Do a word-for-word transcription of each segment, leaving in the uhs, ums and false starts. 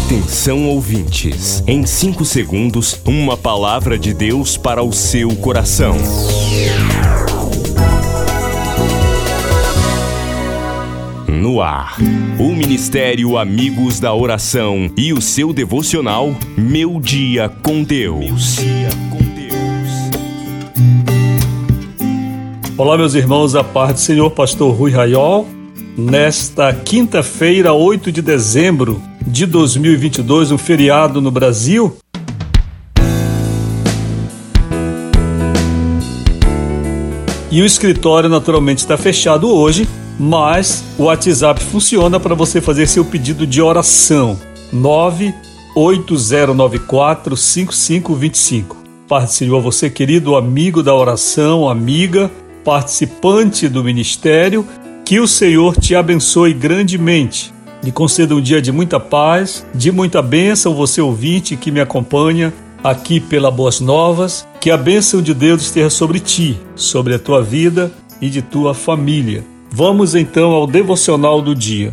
Atenção, ouvintes. Em cinco segundos, uma palavra de Deus para o seu coração. No ar, o Ministério Amigos da Oração e o seu devocional Meu Dia com Deus. Olá, meus irmãos, a paz do Senhor, pastor Rui Raiol. Nesta quinta-feira, oito de dezembro de dois mil e vinte e dois, um feriado no Brasil. E o escritório naturalmente está fechado hoje, mas o WhatsApp funciona para você fazer seu pedido de oração. nove oito zero nove quatro cinco cinco dois cinco. Paz do Senhor a você, querido amigo da oração, amiga, participante do ministério. Que o Senhor te abençoe grandemente, lhe conceda um dia de muita paz, de muita bênção, você ouvinte que me acompanha aqui pela Boas Novas, que a bênção de Deus esteja sobre ti, sobre a tua vida e de tua família. Vamos então ao devocional do dia.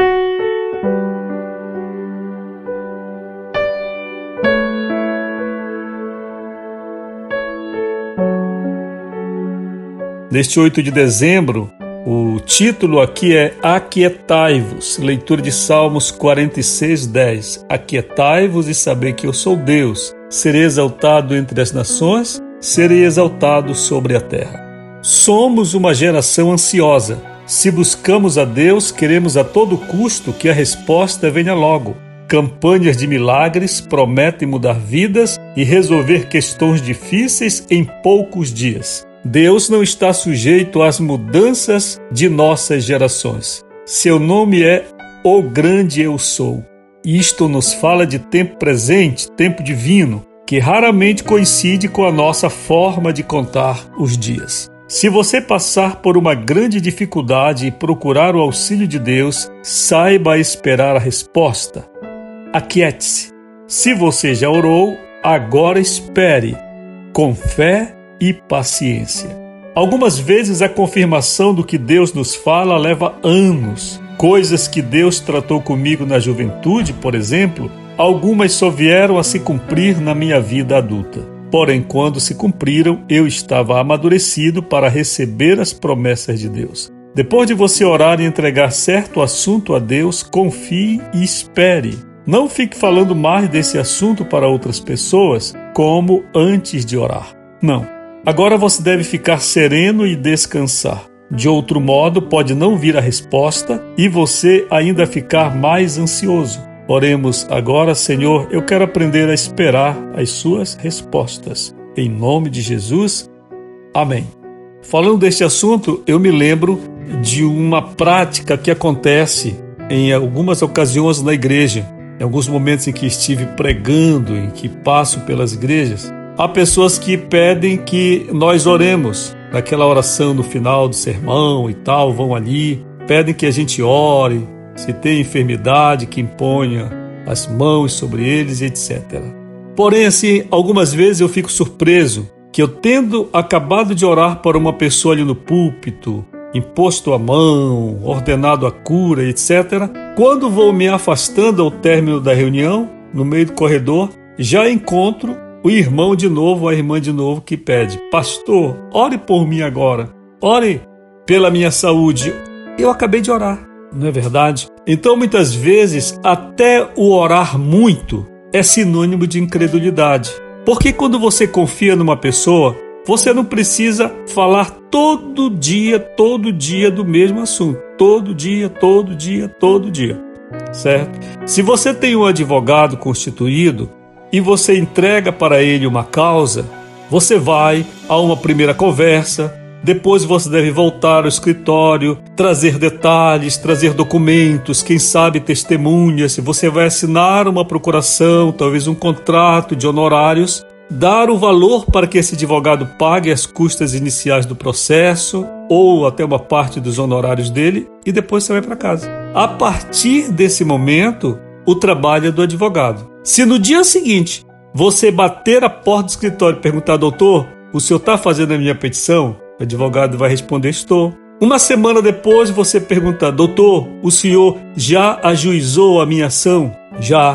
Neste oito de dezembro, o título aqui é Aquietai-vos, leitura de Salmos quarenta e seis, dez. Aquietai-vos e sabei que eu sou Deus, serei exaltado entre as nações, serei exaltado sobre a terra. Somos uma geração ansiosa. Se buscamos a Deus, queremos a todo custo que a resposta venha logo. Campanhas de milagres prometem mudar vidas e resolver questões difíceis em poucos dias. Deus não está sujeito às mudanças de nossas gerações. Seu nome é O Grande Eu Sou. Isto nos fala de tempo presente, tempo divino, que raramente coincide com a nossa forma de contar os dias. Se você passar por uma grande dificuldade e procurar o auxílio de Deus, saiba esperar a resposta. Aquiete-se. Se você já orou, agora espere, com fé e paciência. Algumas vezes a confirmação do que Deus nos fala leva anos. Coisas que Deus tratou comigo na juventude, por exemplo, algumas só vieram a se cumprir na minha vida adulta. Porém, quando se cumpriram, eu estava amadurecido para receber as promessas de Deus. Depois de você orar e entregar certo assunto a Deus, confie e espere. Não fique falando mais desse assunto para outras pessoas, como antes de orar. Não. Agora você deve ficar sereno e descansar. De outro modo, pode não vir a resposta e você ainda ficar mais ansioso. Oremos agora, Senhor, eu quero aprender a esperar as suas respostas. Em nome de Jesus, amém. Falando deste assunto, eu me lembro de uma prática que acontece em algumas ocasiões na igreja. Em alguns momentos em que estive pregando, em que passo pelas igrejas, há pessoas que pedem que nós oremos. Naquela oração no final do sermão e tal, vão ali, pedem que a gente ore, se tem enfermidade, que imponha as mãos sobre eles, etcétera. Porém, assim, algumas vezes eu fico surpreso que eu, tendo acabado de orar para uma pessoa ali no púlpito, imposto a mão, ordenado a cura, etcétera, quando vou me afastando ao término da reunião, no meio do corredor, já encontro o irmão de novo, a irmã de novo, que pede: pastor, ore por mim agora, ore pela minha saúde. Eu acabei de orar, não é verdade? Então, muitas vezes, até o orar muito é sinônimo de incredulidade. Porque quando você confia numa pessoa, você não precisa falar todo dia, todo dia do mesmo assunto. Todo dia, todo dia, todo dia, certo? Se você tem um advogado constituído, e você entrega para ele uma causa, você vai a uma primeira conversa, depois você deve voltar ao escritório, trazer detalhes, trazer documentos, quem sabe testemunhas, você vai assinar uma procuração, talvez um contrato de honorários, dar o valor para que esse advogado pague as custas iniciais do processo, ou até uma parte dos honorários dele, e depois você vai para casa. A partir desse momento, o trabalho é do advogado. Se no dia seguinte você bater a porta do escritório e perguntar: doutor, o senhor está fazendo a minha petição? O advogado vai responder: estou. Uma semana depois você pergunta: doutor, o senhor já ajuizou a minha ação? Já.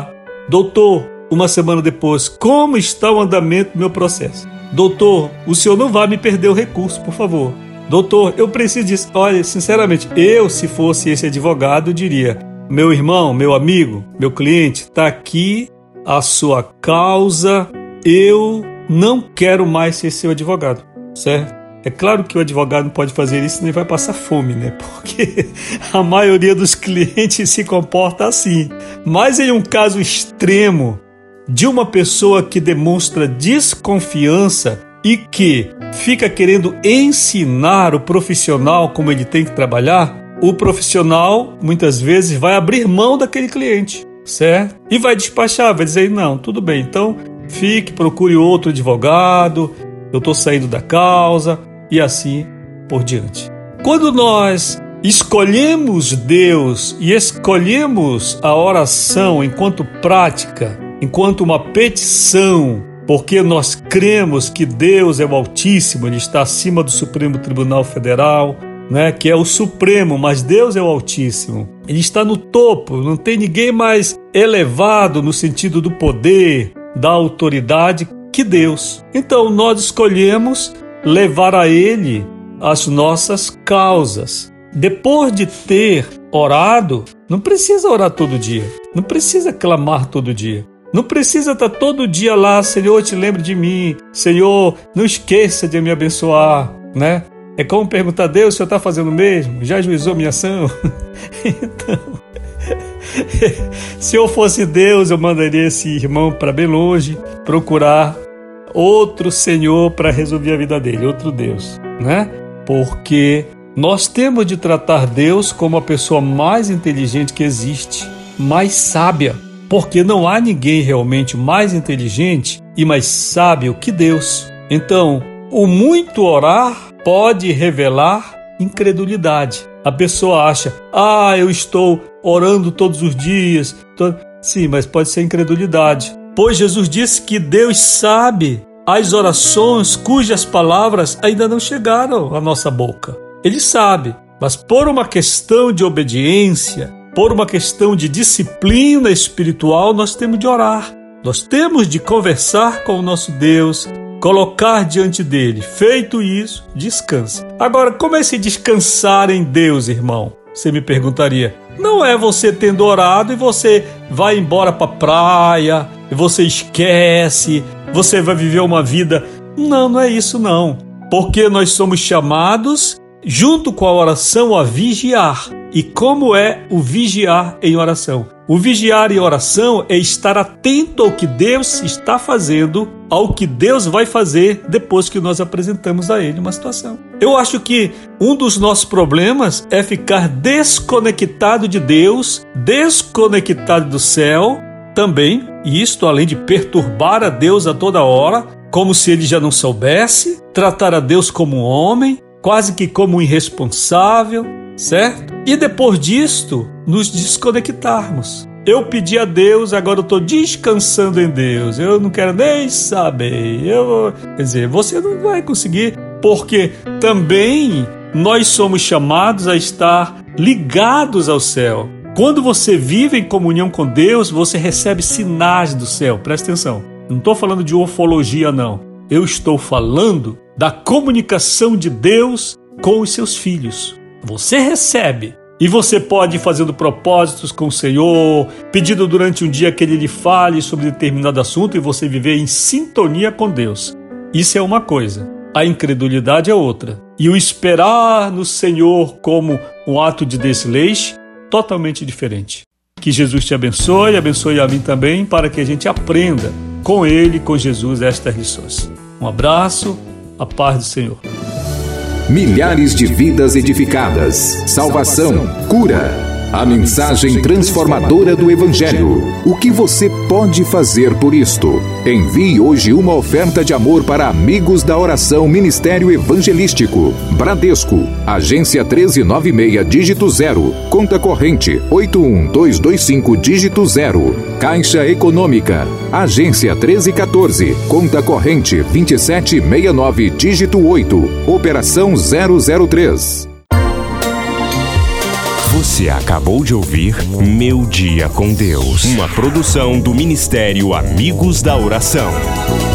Doutor, uma semana depois, como está o andamento do meu processo? Doutor, o senhor não vai me perder o recurso, por favor. Doutor, eu preciso disso. Olha, sinceramente, eu, se fosse esse advogado, diria: meu irmão, meu amigo, meu cliente, está aqui a sua causa, eu não quero mais ser seu advogado, certo? É claro que o advogado não pode fazer isso, nem vai passar fome, né? Porque a maioria dos clientes se comporta assim. Mas em um caso extremo de uma pessoa que demonstra desconfiança e que fica querendo ensinar o profissional como ele tem que trabalhar, o profissional muitas vezes vai abrir mão daquele cliente, certo? E vai despachar, vai dizer: não, tudo bem, então fique, procure outro advogado, eu estou saindo da causa, e assim por diante. Quando nós escolhemos Deus e escolhemos a oração enquanto prática, enquanto uma petição, porque nós cremos que Deus é o Altíssimo, Ele está acima do Supremo Tribunal Federal, né, que é o Supremo, mas Deus é o Altíssimo. Ele está no topo, não tem ninguém mais elevado no sentido do poder, da autoridade que Deus. Então nós escolhemos levar a Ele as nossas causas. Depois de ter orado, não precisa orar todo dia, não precisa clamar todo dia, não precisa estar todo dia lá: Senhor, te lembre de mim, Senhor, não esqueça de me abençoar, né? É como perguntar: Deus, o Senhor está fazendo o mesmo? Já ajuizou minha ação? Então, se eu fosse Deus, eu mandaria esse irmão para bem longe, procurar outro Senhor para resolver a vida dele, outro Deus, né? Porque nós temos de tratar Deus como a pessoa mais inteligente que existe, mais sábia, porque não há ninguém realmente mais inteligente e mais sábio que Deus. Então, o muito orar pode revelar incredulidade. A pessoa acha: ah, eu estou orando todos os dias. Tô... Sim, mas pode ser incredulidade. Pois Jesus disse que Deus sabe as orações cujas palavras ainda não chegaram à nossa boca. Ele sabe, mas por uma questão de obediência, por uma questão de disciplina espiritual, nós temos de orar. Nós temos de conversar com o nosso Deus, colocar diante dele. Feito isso, descanse. Agora, como é esse descansar em Deus, irmão? Você me perguntaria. Não é você tendo orado e você vai embora para a praia, e você esquece, você vai viver uma vida... Não, não é isso não. Porque nós somos chamados, junto com a oração, a vigiar. E como é o vigiar em oração? O vigiar em oração é estar atento ao que Deus está fazendo, ao que Deus vai fazer depois que nós apresentamos a Ele uma situação. Eu acho que um dos nossos problemas é ficar desconectado de Deus, desconectado do céu também, e isto além de perturbar a Deus a toda hora, como se Ele já não soubesse, tratar a Deus como um homem, quase que como um irresponsável, certo? E depois disto, nos desconectarmos. Eu pedi a Deus, agora eu estou descansando em Deus, eu não quero nem saber. Eu, quer dizer, você não vai conseguir, porque também nós somos chamados a estar ligados ao céu. Quando você vive em comunhão com Deus, você recebe sinais do céu. Presta atenção, não estou falando de ufologia não. Eu estou falando da comunicação de Deus com os seus filhos. Você recebe. E você pode ir fazendo propósitos com o Senhor, pedindo durante um dia que Ele lhe fale sobre determinado assunto e você viver em sintonia com Deus. Isso é uma coisa. A incredulidade é outra. E o esperar no Senhor como um ato de desleixo, totalmente diferente. Que Jesus te abençoe, abençoe a mim também, para que a gente aprenda com Ele, com Jesus, estas lições. Um abraço, a paz do Senhor. Milhares de vidas edificadas, salvação, cura. A mensagem transformadora do Evangelho. O que você pode fazer por isto? Envie hoje uma oferta de amor para Amigos da Oração Ministério Evangelístico. Bradesco, agência treze noventa e seis, dígito zero. Conta corrente oito um dois dois cinco, dígito zero. Caixa Econômica, agência treze quatorze. Conta corrente vinte e sete sessenta e nove, dígito oito. Operação zero zero três. Você acabou de ouvir Meu Dia com Deus, uma produção do Ministério Amigos da Oração.